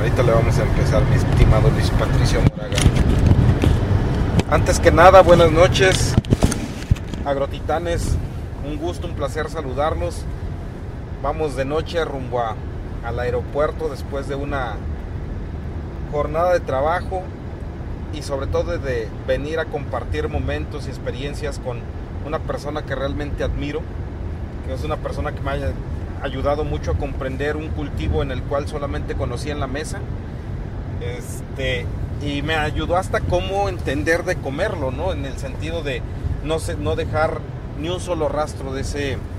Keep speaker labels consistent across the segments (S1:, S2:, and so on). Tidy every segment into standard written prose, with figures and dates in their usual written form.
S1: ahorita le vamos a empezar, mi estimado Luis Patricio Moraga. Antes que nada, buenas noches, agrotitanes, un gusto, un placer saludarlos. Vamos de noche rumbo al aeropuerto después de una jornada de trabajo y sobre todo de venir a compartir momentos y experiencias con una persona que realmente admiro, que es una persona que me ha ayudado mucho a comprender un cultivo en el cual solamente conocía en la mesa, y me ayudó hasta cómo entender de comerlo, ¿no? En el sentido de no dejar ni un solo rastro de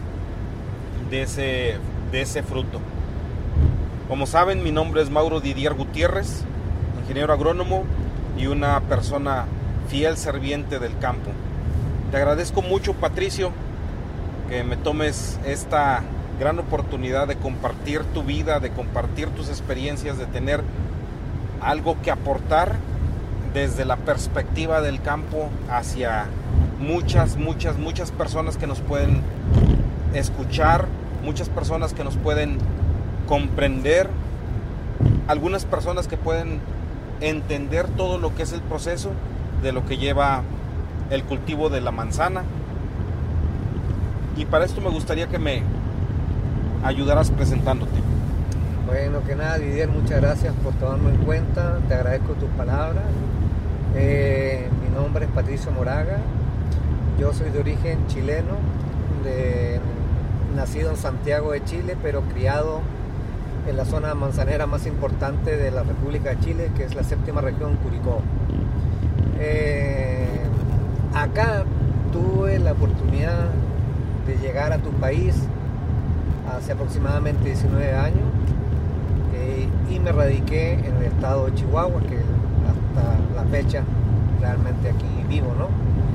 S1: ese fruto. Como saben, mi nombre es Mauro Didier Gutiérrez, ingeniero agrónomo y una persona fiel serviente del campo. Te agradezco mucho, Patricio, que me tomes esta gran oportunidad de compartir tu vida, de compartir tus experiencias, de tener algo que aportar desde la perspectiva del campo hacia muchas personas que nos pueden escuchar, muchas personas que nos pueden comprender, algunas personas que pueden entender todo lo que es el proceso de lo que lleva el cultivo de la manzana. Y para esto me gustaría que me ayudarás presentándote.
S2: Bueno, que nada, Didier, muchas gracias por tomarme en cuenta, te agradezco tus palabras. Mi nombre es Patricio Moraga, yo soy de origen chileno, nacido en Santiago de Chile, pero criado en la zona manzanera más importante de la República de Chile, que es la séptima región, Curicó. Acá tuve la oportunidad de llegar a tu país hace aproximadamente 19 años y me radiqué en el estado de Chihuahua, que hasta la fecha realmente aquí vivo, ¿no?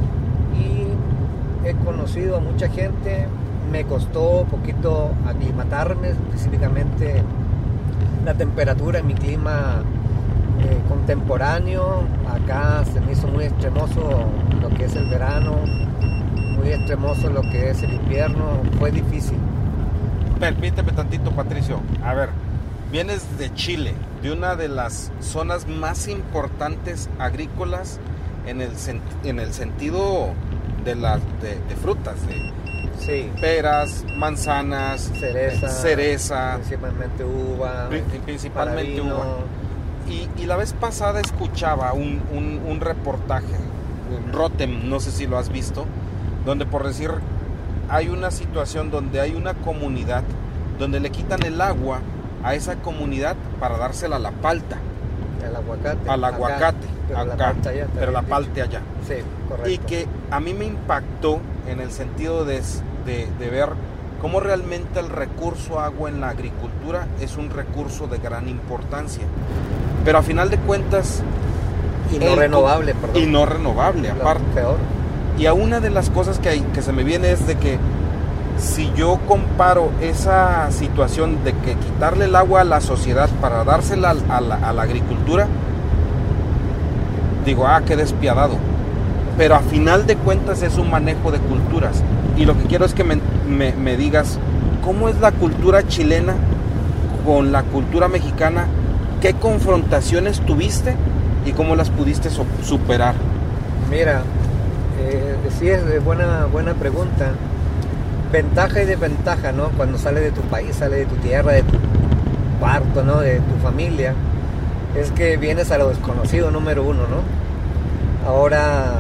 S2: Y he conocido a mucha gente, me costó un poquito aclimatarme, específicamente la temperatura en mi clima contemporáneo. Acá se me hizo muy extremoso lo que es el verano, muy extremoso lo que es el invierno, fue difícil.
S1: Permíteme tantito, Patricio. A ver, vienes de Chile, de una de las zonas más importantes agrícolas en el sentido de frutas,
S2: sí,
S1: peras, manzanas, cereza,
S2: principalmente uva,
S1: principalmente uva. Y la vez pasada escuchaba un reportaje, Rotem, no sé si lo has visto, donde por decir hay una situación donde hay una comunidad donde le quitan el agua a esa comunidad para dársela a la palta. Al aguacate. Pero la palta allá.
S2: Sí, correcto.
S1: Y que a mí me impactó en el sentido de ver cómo realmente el recurso agua en la agricultura es un recurso de gran importancia. Pero a final de cuentas...
S2: Y no renovable,
S1: aparte.
S2: Peor.
S1: Y a una de las cosas que se me viene es de que si yo comparo esa situación de que quitarle el agua a la sociedad para dársela a la agricultura, digo, qué despiadado. Pero a final de cuentas es un manejo de culturas. Y lo que quiero es que me digas, ¿cómo es la cultura chilena con la cultura mexicana? ¿Qué confrontaciones tuviste y cómo las pudiste superar?
S2: Mira, sí es buena pregunta. Ventaja y desventaja, ¿no? Cuando sales de tu país, sales de tu tierra, de tu parto, ¿no? De tu familia, es que vienes a lo desconocido, número uno, ¿no? Ahora,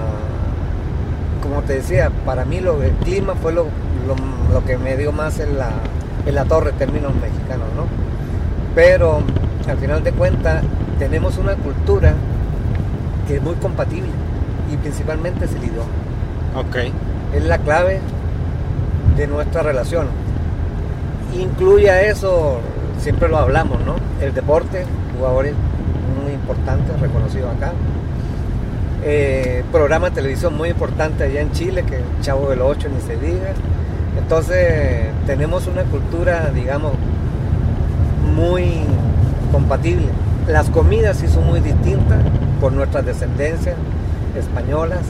S2: como te decía, para mí el clima fue lo que me dio más en la torre, términos mexicanos, ¿no? Pero al final de cuentas tenemos una cultura que es muy compatible y principalmente es el idioma.
S1: Okay.
S2: Es la clave de nuestra relación. Incluye a eso, siempre lo hablamos, ¿no? El deporte, jugadores muy importantes, reconocidos acá. Programa de televisión muy importante allá en Chile, que el Chavo del Ocho ni se diga. Entonces tenemos una cultura, digamos, muy compatible. Las comidas sí son muy distintas por nuestras descendencias españolas,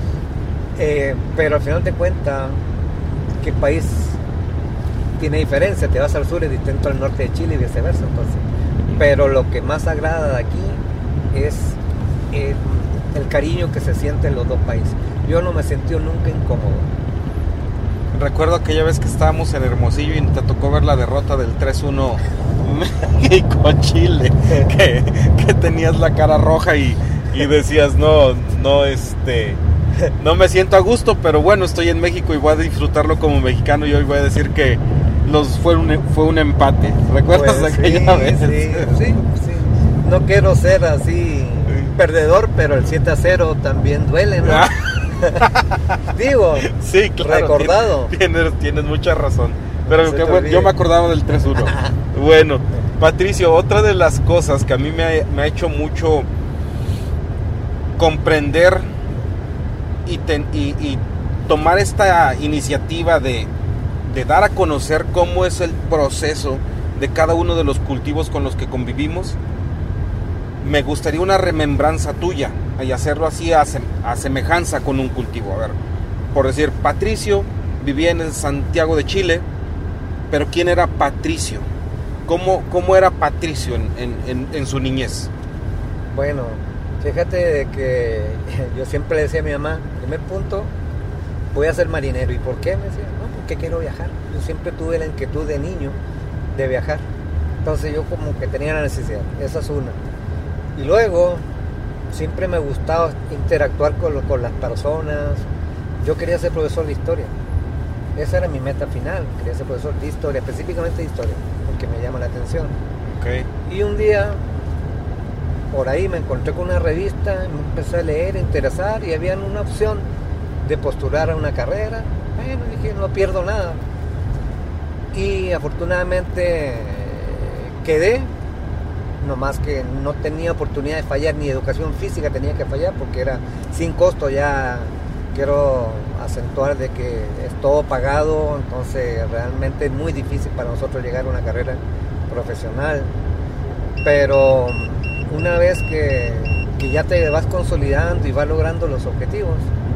S2: pero al final de cuentas, ¿qué país tiene diferencia? Te vas al sur, es distinto al norte de Chile y viceversa. Entonces pero lo que más agrada de aquí es el cariño que se siente en los dos países. Yo no me sentí nunca incómodo.
S1: Recuerdo aquella vez que estábamos en Hermosillo y te tocó ver la derrota del 3-1 México-Chile, que tenías la cara roja y decías, no me siento a gusto, pero bueno, estoy en México y voy a disfrutarlo como mexicano y hoy voy a decir que fue un empate. ¿Recuerdas
S2: Pues
S1: aquella vez?
S2: Sí. No quiero ser así perdedor, pero el 7-0 también duele, ¿no? Digo,
S1: sí, claro,
S2: recordado.
S1: Tienes mucha razón. Pero
S2: No
S1: bueno, yo me acordaba del 3-1. Bueno, Patricio, otra de las cosas que a mí me ha hecho mucho comprender y tomar esta iniciativa de dar a conocer cómo es el proceso de cada uno de los cultivos con los que convivimos, me gustaría una remembranza tuya y hacerlo así a semejanza con un cultivo. A ver, por decir, Patricio vivía en Santiago de Chile, pero ¿quién era Patricio? ¿Cómo era Patricio en su niñez?
S2: Bueno, fíjate de que yo siempre le decía a mi mamá, primer punto, voy a ser marinero. ¿Y por qué? Me decía, no, porque quiero viajar. Yo siempre tuve la inquietud de niño de viajar. Entonces yo como que tenía la necesidad. Esa es una. Y luego, siempre me gustaba interactuar con las personas. Yo quería ser profesor de historia. Esa era mi meta final. Quería ser profesor de historia, específicamente de historia, porque me llama la atención.
S1: Okay.
S2: Y un día, por ahí me encontré con una revista, me empecé a leer, a interesar, y había una opción de postular a una carrera. Bueno, dije, no pierdo nada. Y afortunadamente quedé, nomás que no tenía oportunidad de fallar, ni educación física tenía que fallar, porque era sin costo. Ya quiero acentuar de que es todo pagado, entonces realmente es muy difícil para nosotros llegar a una carrera profesional. Pero una vez que ya te vas consolidando y vas logrando los objetivos,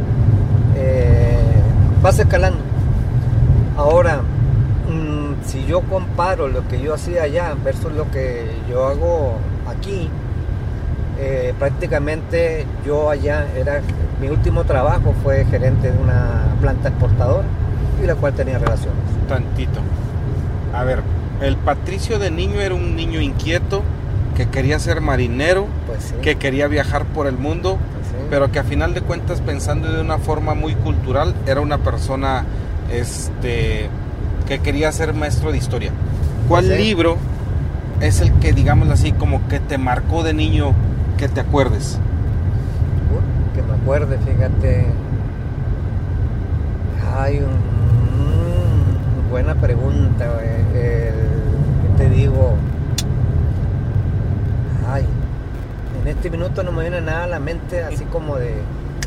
S2: vas escalando. Ahora, si yo comparo lo que yo hacía allá versus lo que yo hago aquí, prácticamente yo allá mi último trabajo fue gerente de una planta exportadora y la cual tenía relaciones.
S1: Tantito. A ver, el Patricio de niño era un niño inquieto que quería ser marinero,
S2: Pues sí.
S1: que quería viajar por el mundo,
S2: Pues sí.
S1: pero que a final de cuentas, pensando de una forma muy cultural, era una persona que quería ser maestro de historia. ¿Cuál
S2: Sí.
S1: libro es el que, digamos así, como que te marcó de niño, que te acuerdes?
S2: Que me acuerde, fíjate. Hay buena pregunta, ¿qué te digo? Ay, en este minuto no me viene nada a la mente, así como de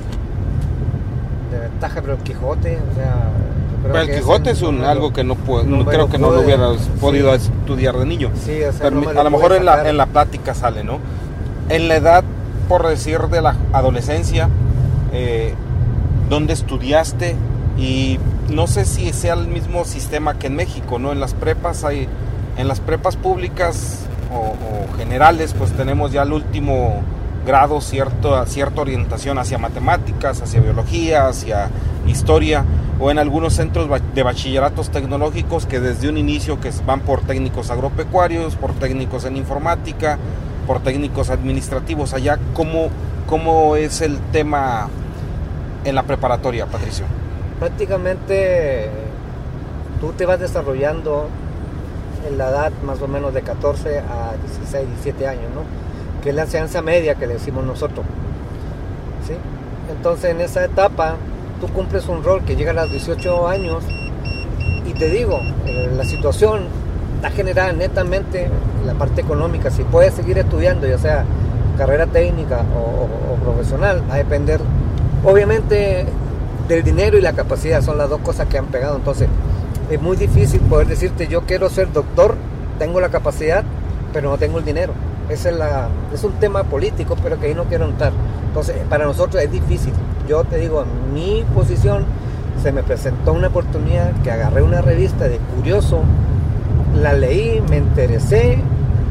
S2: ventaja, pero el Quijote, o sea, yo creo
S1: Pero el
S2: que
S1: Quijote es algo que no creo que no lo hubieras podido estudiar de niño.
S2: Sí, o sea,
S1: Pero
S2: no me lo
S1: a lo mejor
S2: pude sacar.
S1: en la plática sale, ¿no? En la edad, por decir, de la adolescencia, ¿dónde estudiaste? Y no sé si sea el mismo sistema que en México, ¿no? En las prepas públicas o generales, pues tenemos ya el último grado cierta orientación hacia matemáticas, hacia biología, hacia historia, o en algunos centros de bachilleratos tecnológicos que desde un inicio que van por técnicos agropecuarios, por técnicos en informática, por técnicos administrativos. Allá, ¿cómo es el tema en la preparatoria, Patricio?
S2: Prácticamente tú te vas desarrollando en la edad más o menos de 14 a 16, 17 años, ¿no? Que es la enseñanza media que le decimos nosotros, ¿sí? Entonces en esa etapa tú cumples un rol que llega a los 18 años y te digo, la situación está generada netamente en la parte económica. Si puedes seguir estudiando, ya sea carrera técnica o profesional, va a depender obviamente del dinero y la capacidad, son las dos cosas que han pegado. Entonces es muy difícil poder decirte yo quiero ser doctor, tengo la capacidad, pero no tengo el dinero. Es un tema político, pero que ahí no quiero entrar. Entonces para nosotros es difícil. Yo te digo, en mi posición se me presentó una oportunidad que agarré una revista de curioso, la leí, me interesé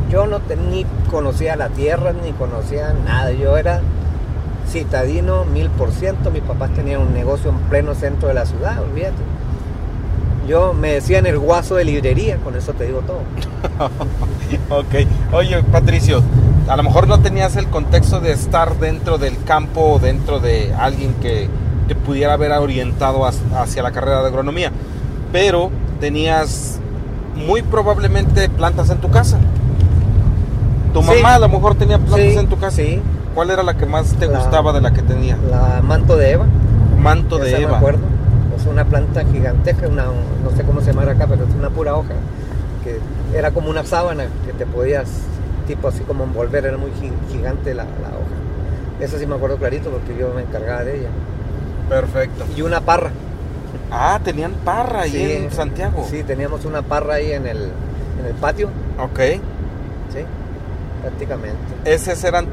S2: yo no ni conocía la tierra, ni conocía nada. Yo era citadino 1000%. Mis papás tenían un negocio en pleno centro de la ciudad, olvídate. Yo me decían el guaso de librería, con eso te digo todo.
S1: Ok. Oye, Patricio, a lo mejor no tenías el contexto de estar dentro del campo o dentro de alguien que te pudiera haber orientado hacia la carrera de agronomía, pero tenías muy probablemente plantas en tu casa. Tu mamá a lo mejor tenía plantas en tu casa.
S2: Sí.
S1: ¿Cuál era la que más te gustaba de la que tenía?
S2: La manto de Eva.
S1: Manto de Eva.
S2: Me acuerdo. Es una planta gigantesca, no sé cómo se llama acá, pero es una pura hoja, que era como una sábana que te podías, tipo así como envolver, era muy gigante la hoja. Esa sí me acuerdo clarito porque yo me encargaba de ella.
S1: Perfecto.
S2: Y una parra.
S1: Ah, tenían parra ahí
S2: Sí,
S1: en Santiago.
S2: Sí, teníamos una parra ahí en el patio.
S1: Ok.
S2: Sí, prácticamente.
S1: Esos eran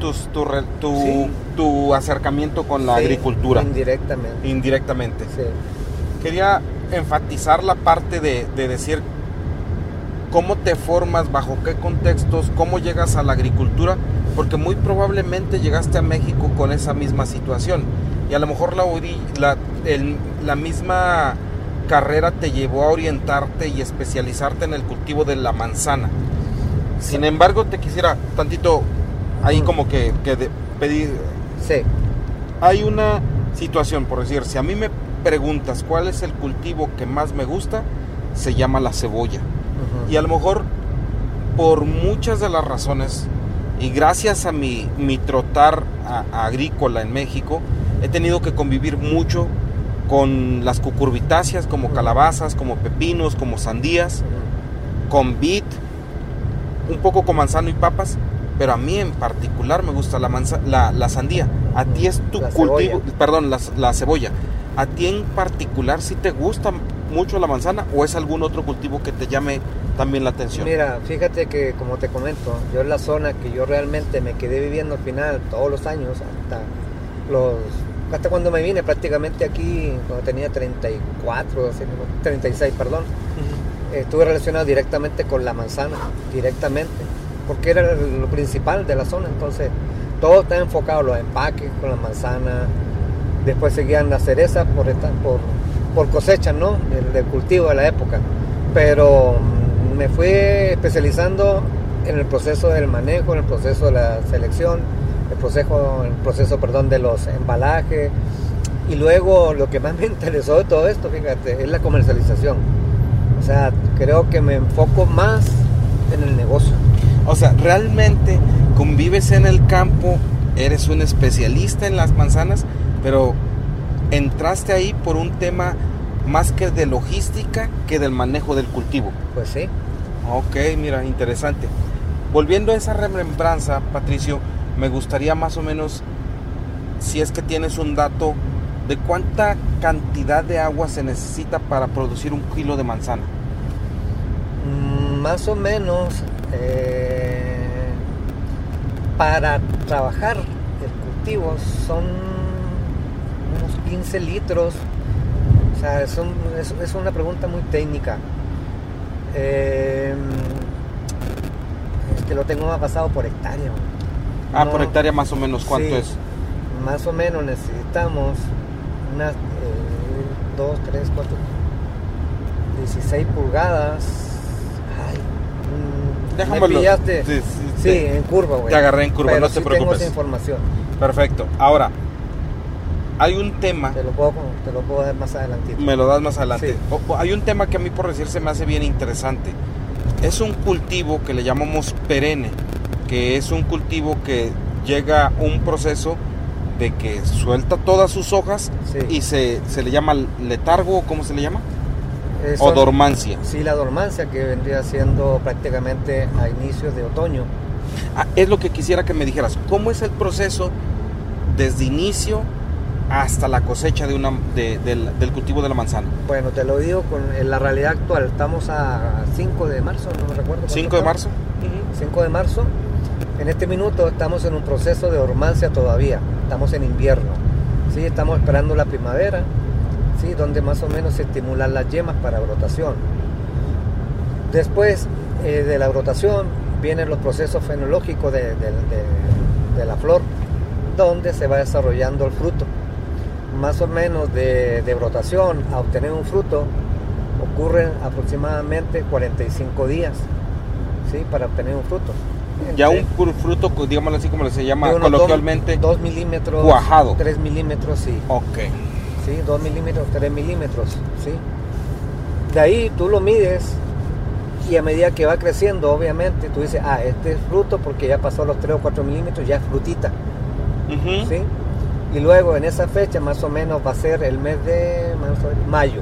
S1: tu acercamiento con la agricultura.
S2: Indirectamente.
S1: Indirectamente.
S2: Sí.
S1: Quería enfatizar la parte de decir cómo te formas, bajo qué contextos, cómo llegas a la agricultura, porque muy probablemente llegaste a México con esa misma situación y a lo mejor la misma carrera te llevó a orientarte y especializarte en el cultivo de la manzana. Sin embargo, te quisiera tantito ahí como que pedir.
S2: Sí.
S1: Hay una situación, por decir, si a mí me preguntas cuál es el cultivo que más me gusta, se llama la cebolla. Uh-huh. Y a lo mejor por muchas de las razones y gracias a mi trotar agrícola en México, he tenido que convivir mucho con las cucurbitáceas, como calabazas, como pepinos, como sandías, con vid, un poco con manzano y papas, pero a mí en particular me gusta la sandía. A ti es tu cultivo, perdón, la cebolla. ¿A ti en particular sí te gusta mucho la manzana o es algún otro cultivo que te llame también la atención?
S2: Mira, fíjate que como te comento, yo en la zona que yo realmente me quedé viviendo al final todos los años, hasta cuando me vine prácticamente aquí, cuando tenía 36, perdón, estuve relacionado directamente con la manzana, directamente, porque era lo principal de la zona. Entonces todo está enfocado, los empaques con la manzana. Después seguían las cerezas por cosecha, ¿no? Del cultivo de la época. Pero me fui especializando en el proceso del manejo, en el proceso de la selección, el proceso de los embalajes. Y luego lo que más me interesó de todo esto, fíjate, es la comercialización. O sea, creo que me enfoco más en el negocio.
S1: O sea, realmente convives en el campo, eres un especialista en las manzanas, pero entraste ahí por un tema más que de logística que del manejo del cultivo.
S2: Pues sí.
S1: Ok, mira, interesante. Volviendo a esa remembranza, Patricio, me gustaría más o menos, si es que tienes un dato, de cuánta cantidad de agua se necesita para producir 1 kilo de manzana.
S2: Más o menos, para trabajar el cultivo son unos 15 litros. O sea, es una pregunta muy técnica. Es que lo tengo más basado por hectárea.
S1: Ah, no, por hectárea más o menos, ¿cuánto
S2: sí,
S1: es?
S2: Más o menos necesitamos unas 2, 3, 4, 16 pulgadas. Ay,
S1: déjamelo.
S2: Me pillaste. Sí, en curva, güey.
S1: Te agarré en curva,
S2: pero
S1: no te preocupes.
S2: Tengo esa información.
S1: Perfecto. Ahora, hay un tema.
S2: Te lo puedo dar más adelantito.
S1: Me lo das más adelante.
S2: Sí.
S1: Hay un tema que a mí, por decir, se me hace bien interesante. Es un cultivo que le llamamos perenne, que es un cultivo que llega a un proceso de que suelta todas sus hojas, sí, y se le llama letargo, ¿cómo se le llama? O dormancia.
S2: Sí, la dormancia, que vendría siendo prácticamente a inicios de otoño.
S1: Es lo que quisiera que me dijeras. ¿Cómo es el proceso desde inicio hasta la cosecha del cultivo de la manzana?
S2: Bueno, te lo digo con la realidad actual. Estamos a 5 de marzo, no me recuerdo.
S1: ¿5 de marzo?
S2: 5 de marzo. En este minuto estamos en un proceso de dormancia todavía. Estamos en invierno. ¿Sí? Estamos esperando la primavera, ¿sí? Donde más o menos se estimulan las yemas para brotación. Después de la brotación vienen los procesos fenológicos de la flor, donde se va desarrollando el fruto. Más o menos de brotación a obtener un fruto ocurren aproximadamente 45 días, ¿sí? Para obtener un fruto.
S1: Ya un fruto, digámoslo así como se llama coloquialmente,
S2: 2 milímetros,
S1: cuajado.
S2: 3 milímetros, sí.
S1: Ok.
S2: Sí, 2 milímetros, 3 milímetros, sí. De ahí tú lo mides y a medida que va creciendo, obviamente, tú dices, este es fruto porque ya pasó los 3 o 4 milímetros, ya es frutita.
S1: Uh-huh.
S2: ¿Sí? Y luego en esa fecha más o menos va a ser el mes de mayo.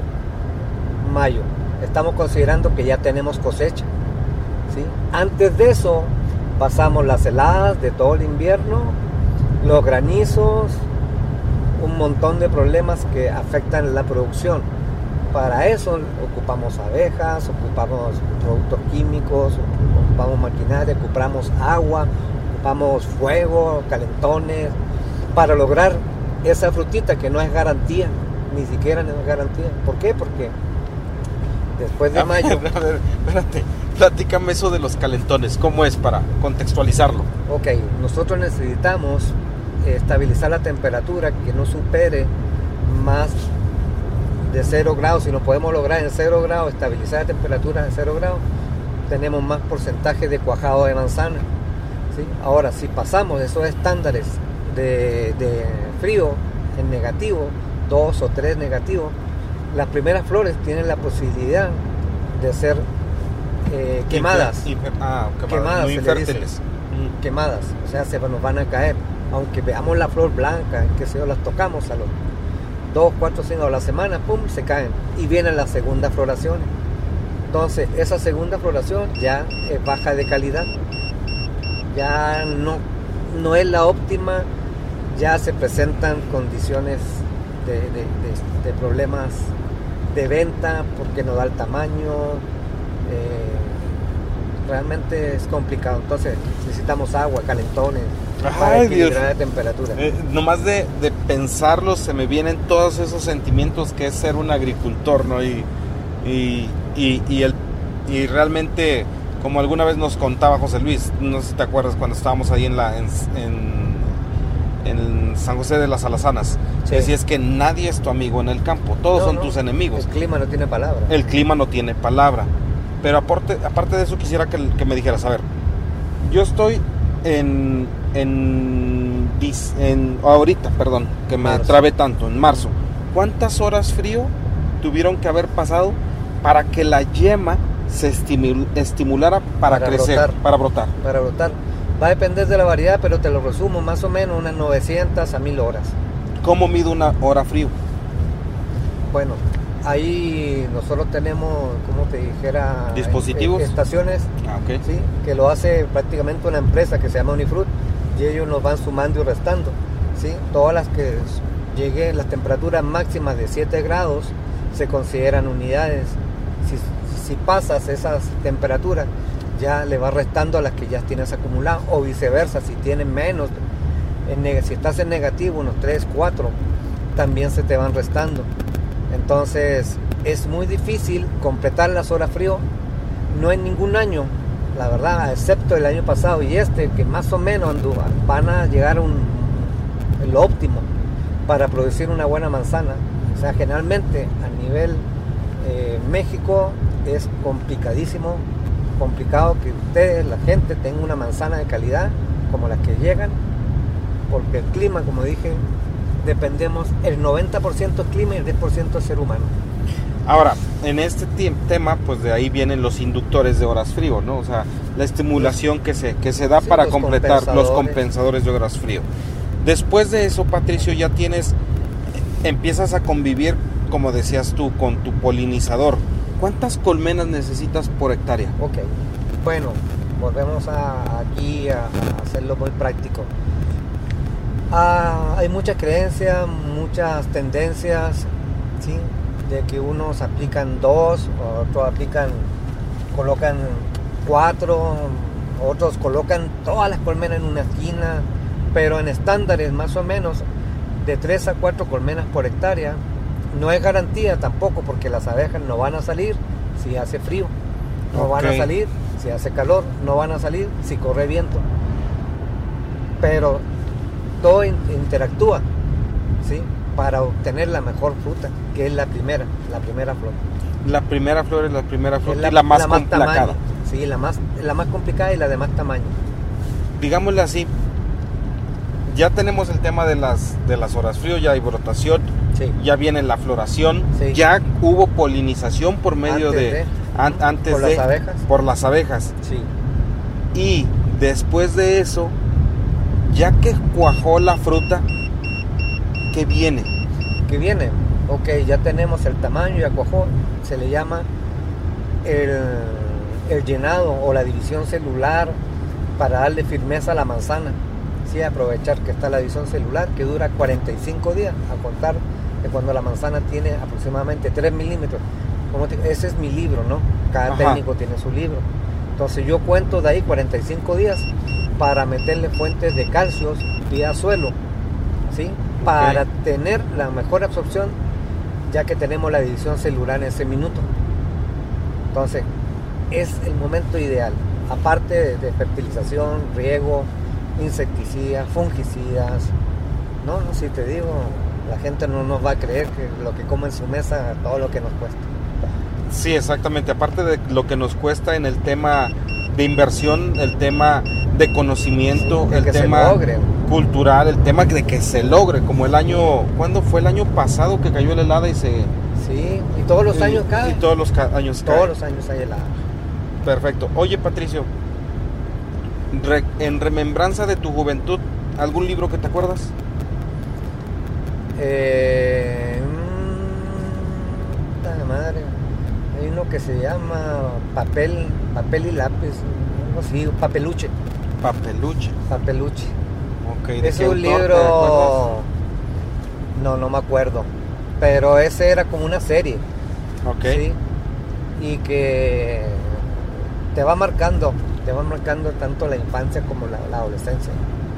S2: Estamos considerando que ya tenemos cosecha, ¿sí? Antes de eso pasamos las heladas de todo el invierno, los granizos, un montón de problemas que afectan la producción. Para eso ocupamos abejas, ocupamos productos químicos, ocupamos maquinaria, ocupamos agua, ocupamos fuego, calentones, para lograr esa frutita que no es garantía, ni siquiera no es garantía. ¿Por qué? Porque después de mayo...
S1: A ver, espérate, platícame eso de los calentones, ¿cómo es para contextualizarlo?
S2: Ok, nosotros necesitamos estabilizar la temperatura que no supere más de 0 grados. Si no podemos lograr en 0 grados, estabilizar la temperatura en 0 grados, tenemos más porcentaje de cuajado de manzana, ¿sí? Ahora, si pasamos esos estándares de frío en negativo, 2 o 3 negativos, las primeras flores tienen la posibilidad de ser quemadas. Quemadas,
S1: muy infértiles.
S2: Quemadas, o sea, se nos van a caer. Aunque veamos la flor blanca, que se las tocamos a los 2, 4, 5 a la semana, pum, se caen. Y viene la segunda floración. Entonces, esa segunda floración ya es baja de calidad. Ya no es la óptima. Ya se presentan condiciones de problemas de venta porque no da el tamaño. Realmente es complicado. Entonces necesitamos agua, calentones, para equilibrar la temperatura.
S1: Nomás de pensarlo se me vienen todos esos sentimientos que es ser un agricultor, ¿no? Y realmente, como alguna vez nos contaba José Luis, no sé si te acuerdas cuando estábamos ahí en San José de las Alazanas, sí. Decía, es que nadie es tu amigo en el campo, todos son tus enemigos.
S2: El clima no tiene palabra.
S1: El clima no tiene palabra. Pero aparte de eso quisiera que me dijeras, a ver, yo estoy ahorita, perdón, que me trabé tanto, en marzo. ¿Cuántas horas frío tuvieron que haber pasado para que la yema se estimulara para crecer, para brotar?
S2: Para brotar. Va a depender de la variedad, pero te lo resumo, más o menos unas 900 a 1000 horas.
S1: ¿Cómo mido una hora frío?
S2: Bueno, ahí nosotros tenemos, como te dijera,
S1: dispositivos,
S2: estaciones,
S1: okay.
S2: ¿Sí? Que lo hace prácticamente una empresa que se llama Unifruit, y ellos nos van sumando y restando, ¿sí? Todas las que lleguen las temperaturas máximas de 7 grados se consideran unidades. Si pasas esas temperaturas, ya le vas restando a las que ya tienes acumuladas, o viceversa, si tienen menos, si estás en negativo, unos 3, 4, también se te van restando. Entonces es muy difícil completar las horas frío, no en ningún año, la verdad, excepto el año pasado y que más o menos van a llegar a lo óptimo para producir una buena manzana. O sea, generalmente a nivel México es complicado que ustedes, la gente, tenga una manzana de calidad como las que llegan, porque el clima, como dije, dependemos el 90% clima y el 10% ser humano.
S1: Ahora, en este tema, pues de ahí vienen los inductores de horas frío, ¿no? O sea, la estimulación que se da para completar los compensadores de horas frío. Después de eso, Patricio, ya empiezas a convivir, como decías tú, con tu polinizador. ¿Cuántas colmenas necesitas por hectárea?
S2: Ok, bueno, volvemos aquí a hacerlo muy práctico. Hay muchas creencias, muchas tendencias, ¿sí? De que unos aplican 2, otros colocan 4, otros colocan todas las colmenas en una esquina, pero en estándares más o menos de 3 a 4 colmenas por hectárea. No es garantía tampoco, porque las abejas no van a salir si hace frío, no van a salir Si hace calor, no van a salir si corre viento. Pero todo interactúa, ¿sí? Para obtener la mejor fruta, que es la primera flor.
S1: La primera flor es la primera
S2: Es
S1: fruta y la más complicada.
S2: tamaño. Sí, la más complicada y la de más tamaño.
S1: Digámosle así, ya tenemos el tema de las horas frío, ya hay brotación,
S2: Sí.
S1: ya viene la floración,
S2: Sí.
S1: ya hubo polinización por medio
S2: Por las abejas.
S1: por las abejas.
S2: Sí.
S1: Y después de eso, ya que cuajó la fruta, ¿qué viene?
S2: ¿Qué viene? Ok, ya tenemos el tamaño, ya cuajó, se le llama el llenado o la división celular para darle firmeza a la manzana. Sí, aprovechar que está la división celular, que dura 45 días, a contar de cuando la manzana tiene aproximadamente 3 milímetros. Ese es mi libro, ¿no? Cada
S1: Ajá.
S2: técnico tiene su libro. Entonces yo cuento de ahí 45 días para meterle fuentes de calcios vía suelo, ¿sí? Para tener la mejor absorción, ya que tenemos la división celular en ese minuto. Entonces, es el momento ideal. Aparte de fertilización, riego, insecticidas, fungicidas. No, si te digo, la gente no nos va a creer que lo que come en su mesa, todo lo que nos cuesta.
S1: Sí, exactamente. Aparte de lo que nos cuesta en el tema de inversión, el tema de conocimiento,
S2: Sí,
S1: el
S2: que se
S1: tema
S2: logre.
S1: cultural, el tema de que se logre, como el año, ¿cuándo fue el año pasado que cayó la helada y se...
S2: Sí, y todos los años cae.
S1: Y todos los años cae.
S2: Todos los años hay helada.
S1: Perfecto. Oye, Patricio, en remembranza de tu juventud, ¿algún libro que te acuerdas?
S2: Puta madre. Hay uno que se llama papel y lápiz, no sé, papeluche.
S1: Papeluche. Ok. ¿de
S2: Es
S1: qué
S2: un
S1: autor te
S2: libro,
S1: acuerdas?
S2: no me acuerdo, pero ese era como una serie,
S1: Ok.
S2: ¿sí? Y que te va marcando tanto la infancia como la adolescencia.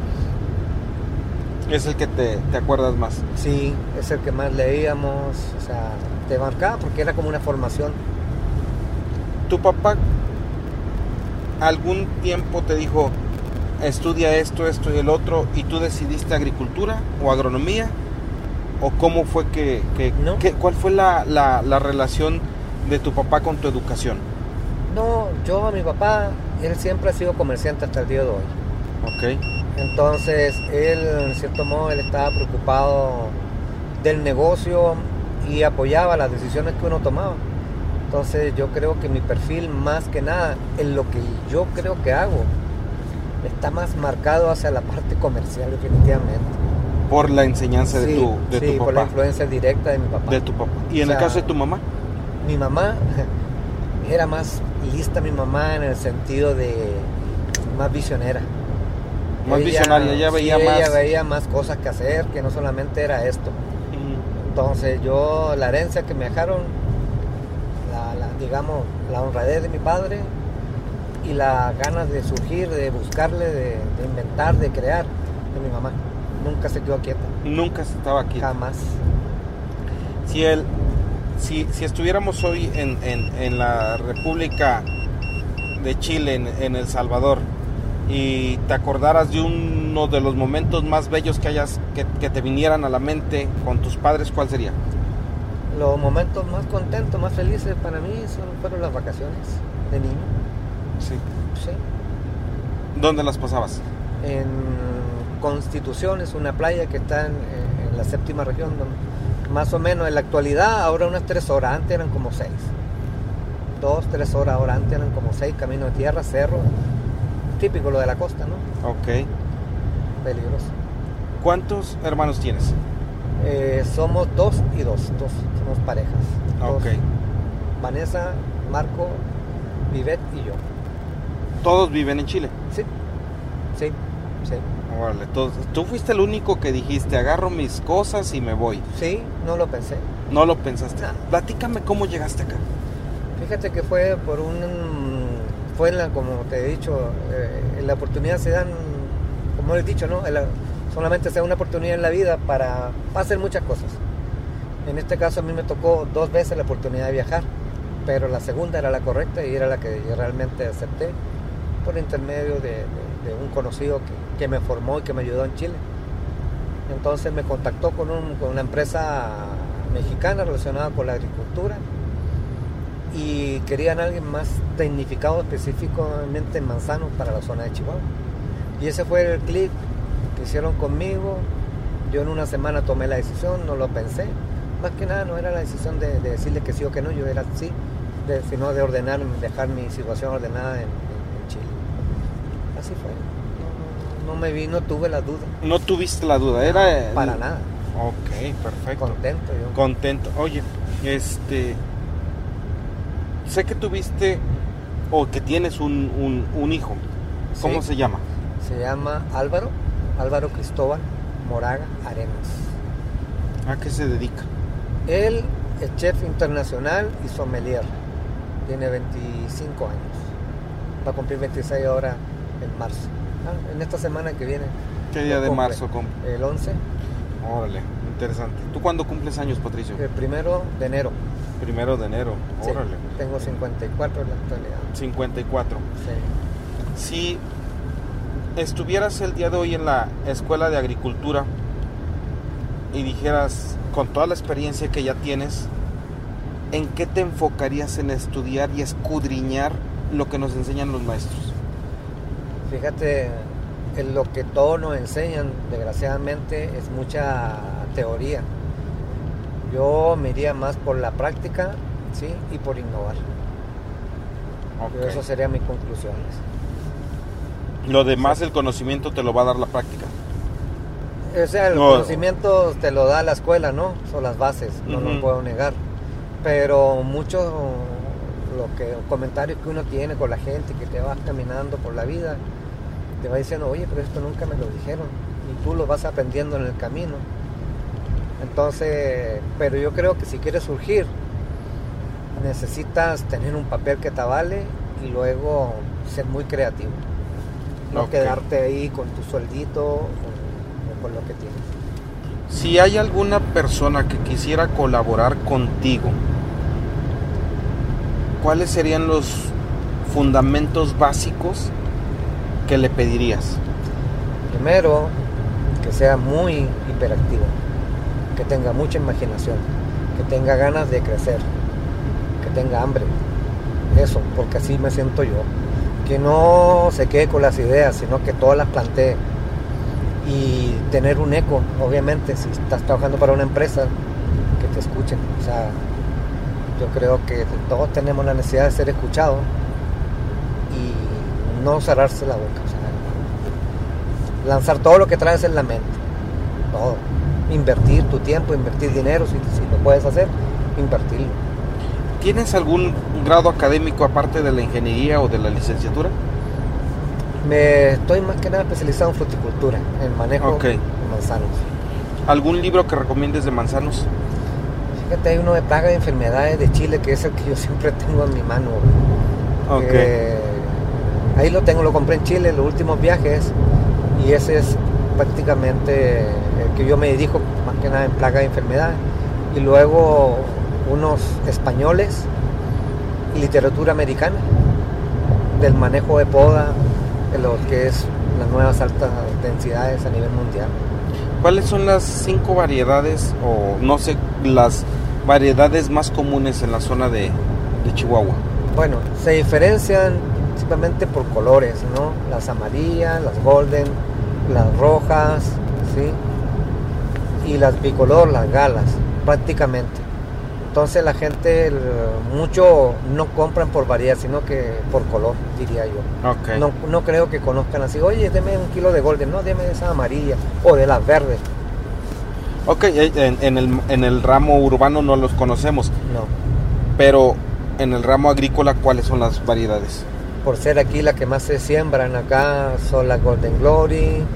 S1: Es el que te acuerdas más.
S2: Sí, es el que más leíamos, o sea, te marcaba porque era como una formación.
S1: ¿Tu papá algún tiempo te dijo, estudia esto y el otro, y tú decidiste agricultura o agronomía? ¿O cómo fue
S2: No.
S1: cuál fue la relación de tu papá con tu educación?
S2: No, yo a mi papá, él siempre ha sido comerciante hasta el día de hoy.
S1: Ok.
S2: Entonces, él, en cierto modo, él estaba preocupado del negocio y apoyaba las decisiones que uno tomaba. Entonces, yo creo que mi perfil, más que nada, en lo que yo creo que hago, está más marcado hacia la parte comercial, definitivamente.
S1: Por la enseñanza de
S2: Sí,
S1: tu
S2: sí,
S1: papá.
S2: por la influencia directa de mi papá.
S1: De tu papá. ¿Y en
S2: O
S1: el
S2: sea,
S1: caso de tu mamá?
S2: Mi mamá era más lista, mi mamá, en el sentido de más visionera.
S1: Más visionaria, ella veía más.
S2: Ella veía más cosas que hacer, que no solamente era esto. Entonces yo, la herencia que me dejaron, digamos, la honradez de mi padre y las ganas de surgir, de buscarle, de inventar, de crear, de mi mamá. Nunca se quedó quieta.
S1: Nunca estaba aquí.
S2: Jamás.
S1: Si estuviéramos hoy en la República de Chile, en El Salvador, y te acordaras de uno de los momentos más bellos que te vinieran a la mente con tus padres, ¿cuál sería?
S2: Los momentos más contentos, más felices para mí fueron las vacaciones de niño.
S1: Sí.
S2: Sí.
S1: ¿Dónde las pasabas?
S2: En Constitución, es una playa que está en la séptima región, más o menos en la actualidad, ahora unas 3 horas, antes eran como 6. 2, 3 horas, ahora antes eran como 6, camino de tierra, cerro, típico lo de la costa, ¿no?
S1: Ok.
S2: Peligroso.
S1: ¿Cuántos hermanos tienes?
S2: Somos 2 y 2, somos parejas. Dos.
S1: Ok.
S2: Vanessa, Marco, Vivet y yo.
S1: ¿Todos viven en Chile?
S2: Sí.
S1: Órale, tú fuiste el único que dijiste, agarro mis cosas y me voy.
S2: Sí, no lo pensé.
S1: No lo pensaste.
S2: No.
S1: Platícame cómo llegaste acá.
S2: Fíjate que fue como te he dicho, la oportunidad se dan, como he dicho, ¿no? Solamente se da una oportunidad en la vida para hacer muchas cosas. En este caso a mí me tocó 2 veces la oportunidad de viajar. pero la segunda era la correcta y era la que yo realmente acepté por intermedio de un conocido que me formó y que me ayudó en Chile. Entonces me contactó con una empresa mexicana relacionada con la agricultura y querían a alguien más tecnificado específicamente en manzanos para la zona de Chihuahua. Y ese fue el clic que hicieron conmigo. Yo en una semana tomé la decisión, no lo pensé. Más que nada no era la decisión de decirle que sí o que no, yo era sí, sino de ordenar, dejar mi situación ordenada en Chile. Así fue. No tuve la duda.
S1: No tuviste la duda, era...
S2: Para nada.
S1: Ok, perfecto.
S2: Contento yo.
S1: Contento. Oye, sé que tuviste o que tienes un hijo. ¿Cómo
S2: Sí.
S1: se llama?
S2: Se llama Álvaro Cristóbal Moraga Arenas.
S1: ¿A qué se dedica?
S2: Él es chef internacional y sommelier. Tiene 25 años. Va a cumplir 26 ahora en marzo. En esta semana que viene.
S1: ¿Qué día de
S2: cumple.
S1: marzo cumple?
S2: El 11.
S1: Órale, interesante. ¿Tú cuándo cumples años, Patricio?
S2: El 1 de enero.
S1: 1 de enero.
S2: Sí,
S1: Órale.
S2: tengo 54 en la actualidad.
S1: 54.
S2: Sí.
S1: Si estuvieras el día de hoy en la escuela de agricultura y dijeras, con toda la experiencia que ya tienes, ¿en qué te enfocarías en estudiar y escudriñar lo que nos enseñan los maestros?
S2: Fíjate, en lo que todos nos enseñan, desgraciadamente, es mucha teoría. Yo me iría más por la práctica, ¿sí? Y por innovar.
S1: Ok.
S2: Eso serían mis conclusiones.
S1: Lo demás, el conocimiento te lo va a dar la práctica.
S2: O sea, el
S1: No.
S2: conocimiento te lo da la escuela, ¿no? Son las bases, no
S1: Ujú.
S2: lo puedo negar. Pero muchos comentarios que uno tiene con la gente, que te vas caminando por la vida, te va diciendo, oye, pero esto nunca me lo dijeron. Y tú lo vas aprendiendo en el camino. Entonces, pero yo creo que si quieres surgir, necesitas tener un papel que te avale y luego ser muy creativo. No
S1: Ok.
S2: quedarte ahí con tu sueldito o con lo que tienes.
S1: Si hay alguna persona que quisiera colaborar contigo, ¿cuáles serían los fundamentos básicos que le pedirías?
S2: Primero, que sea muy hiperactivo, que tenga mucha imaginación, que tenga ganas de crecer, que tenga hambre. Eso, porque así me siento yo. Que no se quede con las ideas, sino que todas las plantee. Y tener un eco, obviamente, si estás trabajando para una empresa, que te escuchen. O sea, yo creo que todos tenemos la necesidad de ser escuchados y no cerrarse la boca. O sea, lanzar todo lo que traes en la mente. Todo. Invertir tu tiempo, invertir dinero, si lo puedes hacer, invertirlo.
S1: ¿Tienes algún grado académico aparte de la ingeniería o de la licenciatura?
S2: Estoy más que nada especializado en fruticultura, en manejo
S1: Ok.
S2: de manzanos.
S1: ¿Algún libro que recomiendes de manzanos?
S2: Fíjate, hay uno de plaga de enfermedades de Chile, que es el que yo siempre tengo en mi mano.
S1: Ok.
S2: Ahí lo tengo, lo compré en Chile en los últimos viajes y ese es prácticamente el que yo me dirijo más que nada en plaga de enfermedades. Y luego unos españoles y literatura americana del manejo de poda, de lo que es las nuevas altas densidades a nivel mundial.
S1: ¿Cuáles son las 5 variedades o no sé, las variedades más comunes en la zona de Chihuahua?
S2: Bueno, se diferencian simplemente por colores, ¿no? Las amarillas, las golden, las rojas, ¿sí? Y las bicolor, las galas, prácticamente. Entonces la gente mucho no compran por variedad, sino que por color, diría yo.
S1: Ok.
S2: No creo que conozcan así, oye, deme 1 kilo de golden, no, deme de esa amarilla o de las verdes.
S1: Ok, en el ramo urbano no los conocemos,
S2: No,
S1: pero en el ramo agrícola, ¿cuáles son las variedades?
S2: por ser aquí la que más se siembran acá son las Golden Glory,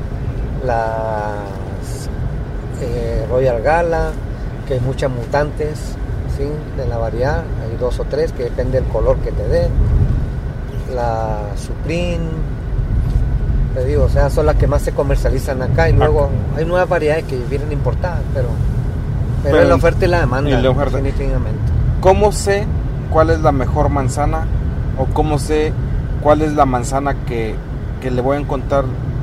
S2: las Royal Gala, que hay muchas mutantes, ¿sí? De la variedad, hay 2 o 3 que depende del color que te den. La Supreme, te digo, o sea, son las que más se comercializan acá y luego hay nuevas variedades que vienen importadas, pero es la oferta y la demanda,
S1: y la oferta.
S2: definitivamente.
S1: ¿Cómo sé cuál es la mejor manzana o cómo sé cuál es la manzana que le voy a encontrar,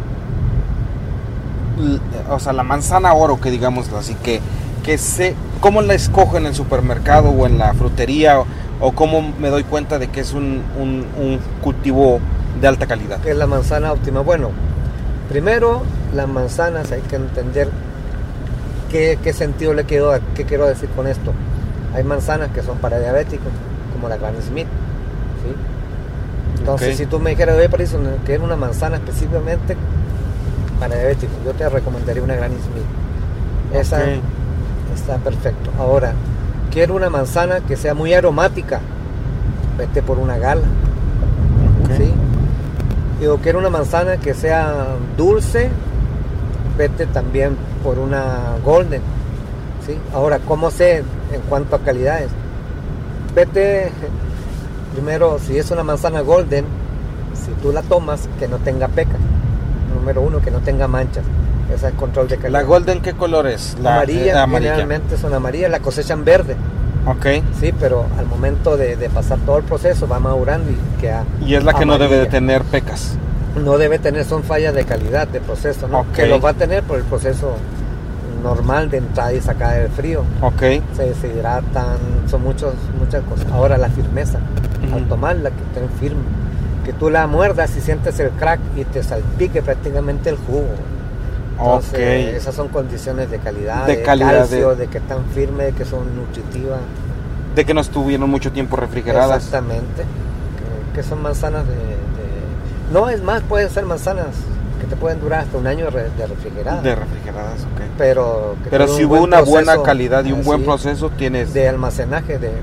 S1: o sea, la manzana oro, que digamos así, que sé cómo la escojo en el supermercado o en la frutería, o cómo me doy cuenta de que es un cultivo de alta calidad?
S2: ¿Qué es la manzana óptima? Bueno, primero las manzanas hay que entender qué sentido le quiero dar, qué quiero decir con esto. Hay manzanas que son para diabéticos, como la Granny Smith, ¿sí? Entonces,
S1: Okay.
S2: si tú me dijeras, oye, París, que es una manzana específicamente para diabéticos, yo te recomendaría una Granny Smith. Esa
S1: Okay.
S2: está perfecto. Ahora, quiero una manzana que sea muy aromática, vete por una Gala,
S1: Okay.
S2: ¿sí? Digo, quiero una manzana que sea dulce, vete también por una Golden, ¿sí? Ahora, ¿cómo sé en cuanto a calidades? Vete primero, si es una manzana Golden, si tú la tomas, que no tenga pecas. Número uno, que no tenga manchas. Ese es el control de calidad.
S1: ¿La Golden qué color es?
S2: Amarilla, generalmente son amarillas, la cosechan verde.
S1: Ok.
S2: Sí, pero al momento de pasar todo el proceso va madurando y queda
S1: Y es la que
S2: amarilla.
S1: no debe de tener pecas.
S2: No debe tener, son fallas de calidad de proceso, ¿no?
S1: Ok.
S2: Que los va a tener por el proceso normal de entrada y sacada del frío.
S1: Ok.
S2: Se deshidratan, son muchas cosas. Ahora la firmeza,
S1: Ujú.
S2: al tomarla, que estén firme, que tú la muerdas y sientes el crack y te salpique prácticamente el jugo. Entonces,
S1: Ok.
S2: esas son condiciones de calidad,
S1: De calidad,
S2: calcio, de que están firmes, de que son nutritivas.
S1: De que no estuvieron mucho tiempo refrigeradas.
S2: Exactamente. Que son manzanas No, es más, pueden ser manzanas que te pueden durar hasta un año de refrigeradas.
S1: De refrigeradas, ok.
S2: Pero
S1: Pero
S2: tiene
S1: si
S2: un
S1: hubo
S2: buen
S1: una buena
S2: proceso,
S1: calidad y un buen
S2: sí,
S1: proceso, tienes...
S2: de almacenaje de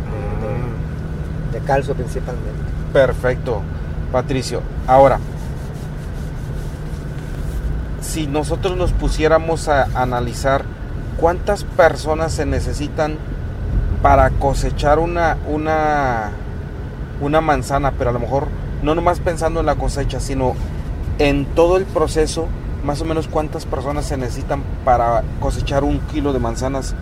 S2: calcio principalmente.
S1: Perfecto, Patricio. Ahora, si nosotros nos pusiéramos a analizar cuántas personas se necesitan para cosechar una manzana, pero a lo mejor no nomás pensando en la cosecha, sino en todo el proceso, más o menos cuántas personas se necesitan para cosechar 1 kilo de manzanas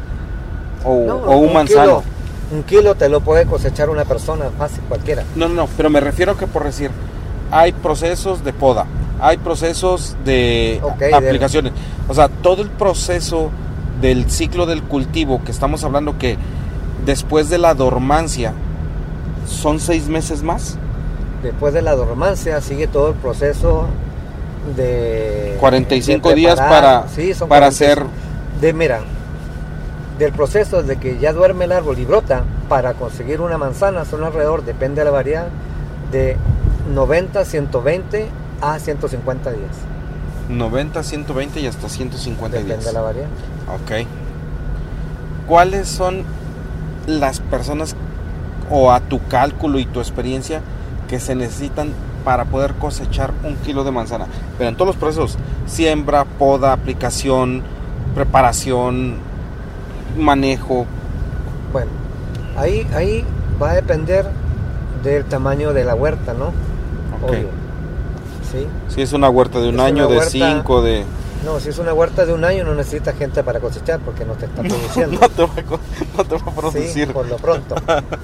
S1: o un manzano.
S2: Un kilo te lo puede cosechar una persona fácil, cualquiera.
S1: No, pero me refiero que, por decir, hay procesos de poda, hay procesos de aplicaciones, o sea, todo el proceso del ciclo del cultivo, que estamos hablando que después de la dormancia son 6 meses más.
S2: Después de la dormancia sigue todo el proceso de
S1: 45
S2: de
S1: días
S2: preparar. Sí, son
S1: para
S2: 45.
S1: hacer...
S2: Mira, del proceso de que ya duerme el árbol y brota para conseguir una manzana son alrededor, depende de la variedad, de 90, 120 a 150 días.
S1: 90, 120 y hasta 150
S2: Depende
S1: días.
S2: de la variedad.
S1: Ok. ¿Cuáles son las personas, o a tu cálculo y tu experiencia, que se necesitan para poder cosechar 1 kilo de manzana? Pero en todos los procesos: siembra, poda, aplicación, preparación, manejo.
S2: Bueno, ahí va a depender del tamaño de la huerta, ¿no?
S1: Ok.
S2: Obvio. ¿Sí?
S1: Si es una huerta de un
S2: Es
S1: año,
S2: una
S1: de
S2: huerta-
S1: 5, de...
S2: No, si es una huerta de un año no necesita gente para cosechar porque no te está produciendo.
S1: no te va a producir.
S2: Sí, por lo pronto.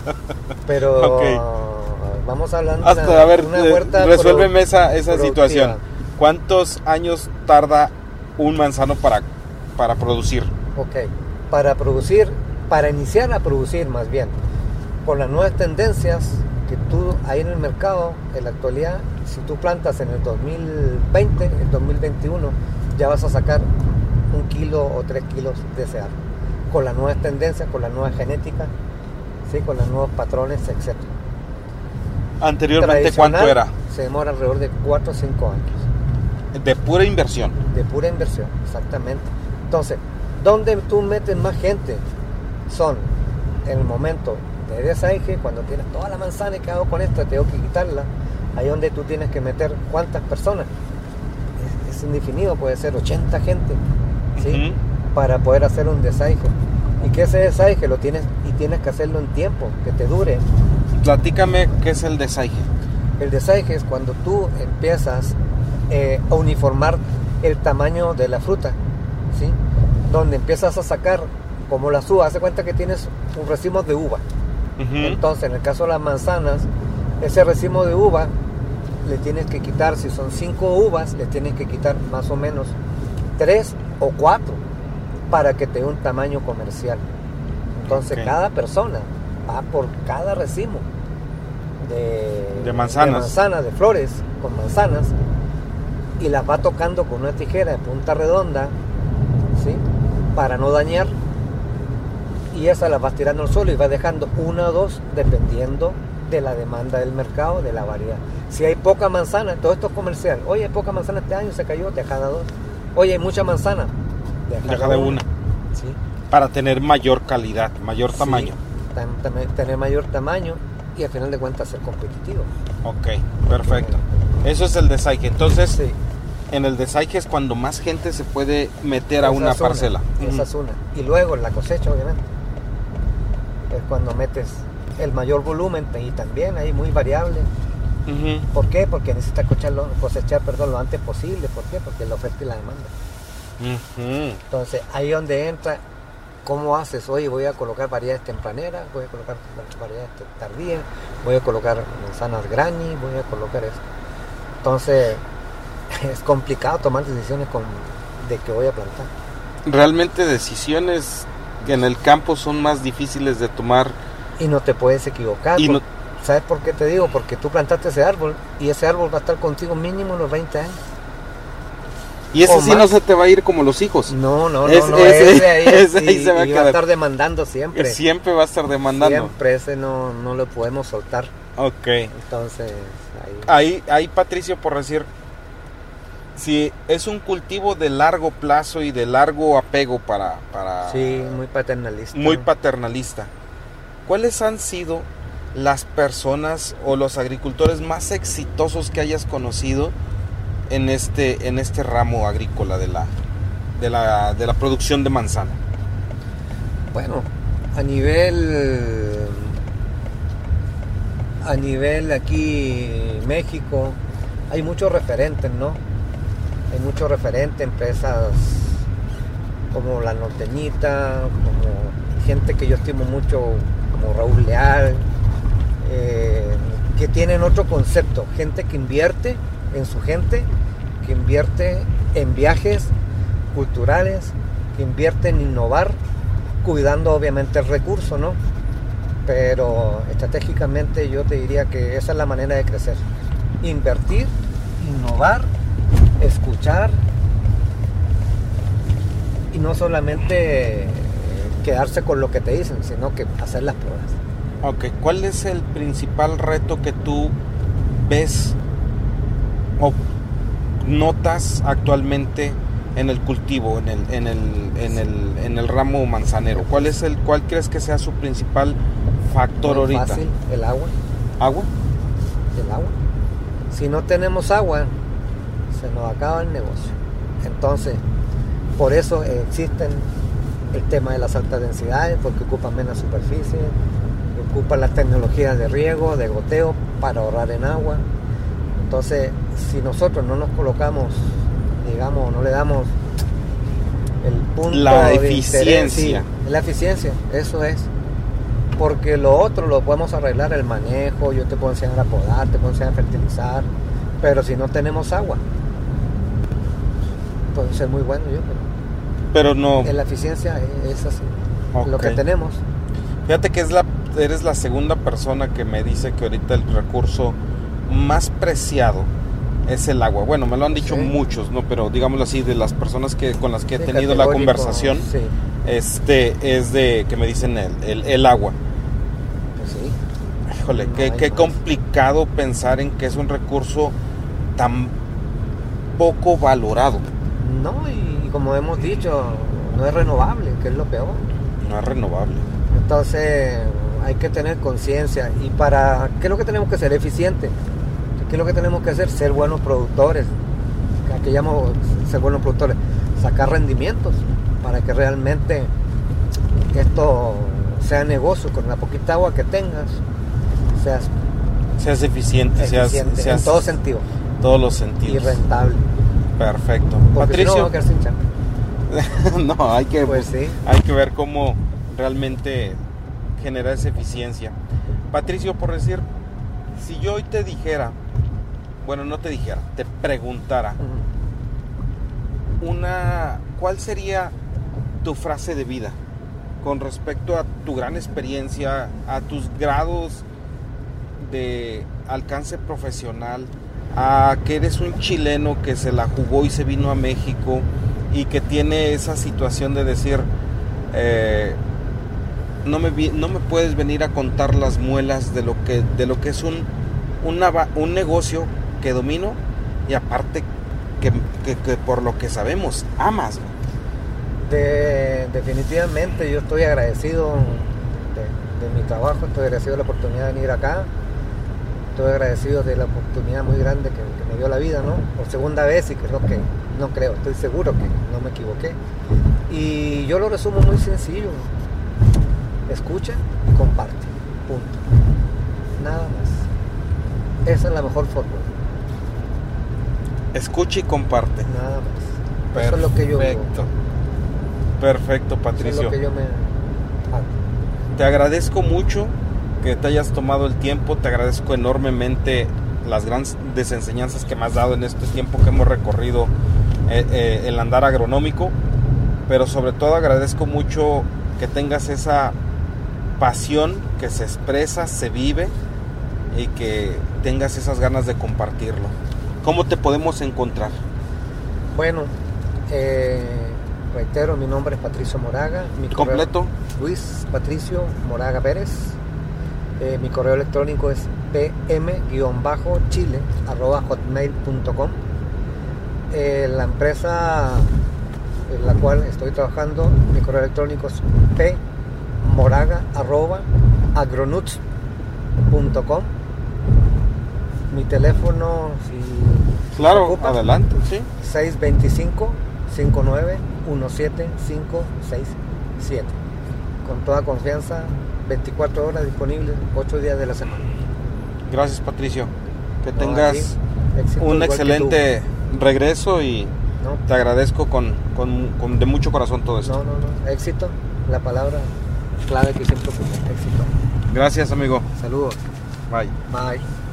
S2: Pero
S1: Ok.
S2: vamos hablando
S1: Hasta, a ver,
S2: una huerta
S1: resuélveme esa
S2: productiva.
S1: situación. ¿Cuántos años tarda un manzano para producir?
S2: Ok, para producir, para iniciar a producir más bien, por las nuevas tendencias que tú hay en el mercado, en la actualidad, si tú plantas en el 2020, el 2021, ya vas a sacar 1 kilo o 3 kilos de ese árbol, con las nuevas tendencias, con la nueva genética, ¿sí? Con los nuevos patrones, etc.
S1: Anteriormente, ¿cuánto era?
S2: Se demora alrededor de 4 o 5 años.
S1: De pura inversión.
S2: De pura inversión, exactamente. Entonces, ¿dónde tú metes más gente? Son en el momento de desaige, cuando tienes toda la manzana y ¿qué hago con esta? Tengo que quitarla. Ahí donde tú tienes que meter cuántas personas. Es indefinido, puede ser 80 gente, ¿sí?
S1: Ujú.
S2: Para poder hacer un desaige. Y que ese desaige lo tienes y tienes que hacerlo en tiempo, que te dure.
S1: Platícame qué es el desaige.
S2: El desaige es cuando tú empiezas a uniformar el tamaño de la fruta, ¿sí? Donde empiezas a sacar, como las uvas, hace cuenta que tienes un racimo de uva, Entonces, en el caso de las manzanas, ese racimo de uva le tienes que quitar, si son 5 uvas, le tienes que quitar más o menos 3 o 4 para que te dé un tamaño comercial. Entonces, cada persona va por cada racimo de
S1: manzanas,
S2: de flores con manzanas, y las va tocando con una tijera de punta redonda, ¿sí? Para no dañar, y esas las vas tirando al suelo y vas dejando 1 o 2 dependiendo de la demanda del mercado, de la variedad. Si hay poca manzana, todo esto es comercial. Oye, hay poca manzana este año, se cayó, deja de 2. Oye, hay mucha manzana,
S1: deja de 1.
S2: ¿Sí?
S1: Para tener mayor calidad, mayor tamaño.
S2: Tener mayor tamaño y al final de cuentas ser competitivo.
S1: Ok, perfecto. Eso es el desaige. Entonces,
S2: sí,
S1: en el desaige es cuando más gente se puede meter a una parcela.
S2: Esa es una. Y luego en la cosecha, obviamente, es cuando metes el mayor volumen, y también ahí muy variable. ¿Por qué? Porque necesitas cosechar lo antes posible. ¿Por qué? Porque la oferta y la demanda. Entonces, ahí es donde entra, ¿cómo haces? Oye, voy a colocar variedades tempraneras, voy a colocar variedades tardías, voy a colocar manzanas granny, voy a colocar esto. Entonces, es complicado tomar decisiones de que voy a plantar.
S1: Realmente decisiones que en el campo son más difíciles de tomar.
S2: Y no te puedes equivocar. ¿Sabes por qué te digo? Porque tú plantaste ese árbol y ese árbol va a estar contigo mínimo unos 20 años.
S1: Y ese sí no se te va a ir como los hijos.
S2: No. Ese ahí se va a quedar. Va a estar demandando siempre.
S1: Siempre va a estar demandando.
S2: Siempre, ese no lo podemos soltar.
S1: Ok.
S2: Entonces,
S1: ahí Patricio, por decir, si es un cultivo de largo plazo y de largo apego para
S2: sí, muy paternalista.
S1: Muy paternalista. ¿Cuáles han sido las personas o los agricultores más exitosos que hayas conocido en este ramo agrícola de la producción de manzana?
S2: Bueno, a nivel aquí México hay muchos referentes, ¿no? Hay muchos referentes, empresas como La Norteñita, como gente que yo estimo mucho, como Raúl Leal, que tienen otro concepto, gente que invierte en su gente, que invierte en viajes culturales, que invierte en innovar, cuidando obviamente el recurso, ¿no? Pero estratégicamente yo te diría que esa es la manera de crecer: invertir, innovar, escuchar, y no solamente quedarse con lo que te dicen, sino que hacer las pruebas.
S1: Ok, ¿cuál es el principal reto que tú ves o notas actualmente en el cultivo, en el ramo manzanero? ¿Cuál crees que sea su principal factor
S2: muy
S1: ahorita?
S2: Fácil, el agua.
S1: ¿Agua?
S2: El agua. Si no tenemos agua, se nos acaba el negocio. Entonces, por eso existen el tema de las altas densidades, porque ocupan menos superficie, ocupan las tecnologías de riego, de goteo, para ahorrar en agua. Entonces, si nosotros no nos colocamos, digamos, no le damos el punto
S1: la
S2: de
S1: eficiencia.
S2: Sí, la eficiencia, eso es. Porque lo otro lo podemos arreglar, el manejo, yo te puedo enseñar a podar, te puedo enseñar a fertilizar, pero si no tenemos agua, puede ser muy bueno
S1: pero no.
S2: En la eficiencia es así,
S1: okay.
S2: Lo que tenemos.
S1: Fíjate que eres la segunda persona que me dice que ahorita el recurso más preciado es el agua. Bueno, me lo han dicho muchos, ¿no? Pero digámoslo así, de las personas con las que he tenido la conversación, es de que me dicen el agua.
S2: Pues sí.
S1: Híjole, qué complicado pensar en que es un recurso tan poco valorado.
S2: No, y como hemos dicho, no es renovable, que es lo peor.
S1: No es renovable.
S2: Entonces hay que tener conciencia. ¿Y qué es lo que tenemos que hacer? Eficiente. ¿Qué es lo que tenemos que hacer? Ser buenos productores. ¿Qué llamo ser buenos productores? Sacar rendimientos para que realmente esto sea negocio. Con la poquita agua que tengas, seas
S1: eficiente, seas
S2: en todo sentido.
S1: Todos los sentidos.
S2: Y rentable.
S1: Perfecto.
S2: Porque
S1: Patricio.
S2: Si no, va a quedar sin chamba.
S1: No, hay que
S2: pues sí.
S1: Hay que ver cómo realmente generar esa eficiencia. Patricio, por decir, si yo hoy te dijera, bueno, no te dijera, te preguntara, ¿cuál sería tu frase de vida con respecto a tu gran experiencia, a tus grados de alcance profesional, a que eres un chileno que se la jugó y se vino a México y que tiene esa situación de decir, no me puedes venir a contar las muelas de lo que es un negocio que domino y aparte que por lo que sabemos amas?
S2: Definitivamente yo estoy agradecido de mi trabajo, estoy agradecido de la oportunidad de venir acá, estoy agradecido de la oportunidad muy grande que me dio la vida, ¿no? Por segunda vez, y creo que, no creo, estoy seguro que no me equivoqué. Y yo lo resumo muy sencillo: escucha y comparte, punto, nada más. Esa es la mejor fórmula.
S1: Escucha y comparte.
S2: Nada más.
S1: Perfecto.
S2: Eso es lo que yo vivo.
S1: Perfecto, Patricio.
S2: Eso es lo que yo me hago.
S1: Te agradezco mucho que te hayas tomado el tiempo, te agradezco enormemente las grandes enseñanzas que me has dado en este tiempo que hemos recorrido el andar agronómico, pero sobre todo agradezco mucho que tengas esa pasión que se expresa, se vive y que tengas esas ganas de compartirlo. ¿Cómo te podemos encontrar?
S2: Bueno, reitero, mi nombre es Patricio Moraga. Mi
S1: ¿Completo?
S2: Luis Patricio Moraga Pérez. Mi correo electrónico es pm-chile@hotmail.com. La empresa en la cual estoy trabajando, mi correo electrónico es pmoraga@agronuts.com. Mi teléfono, si
S1: claro,
S2: ocupa,
S1: adelante, sí.
S2: 625-59-17567. Con toda confianza, 24 horas disponibles, 8 días de la semana.
S1: Gracias, Patricio. Que tengas un excelente regreso y te agradezco de mucho corazón todo esto.
S2: No. Éxito, la palabra clave que siempre ocupo. Éxito.
S1: Gracias, amigo.
S2: Saludos.
S1: Bye.
S2: Bye.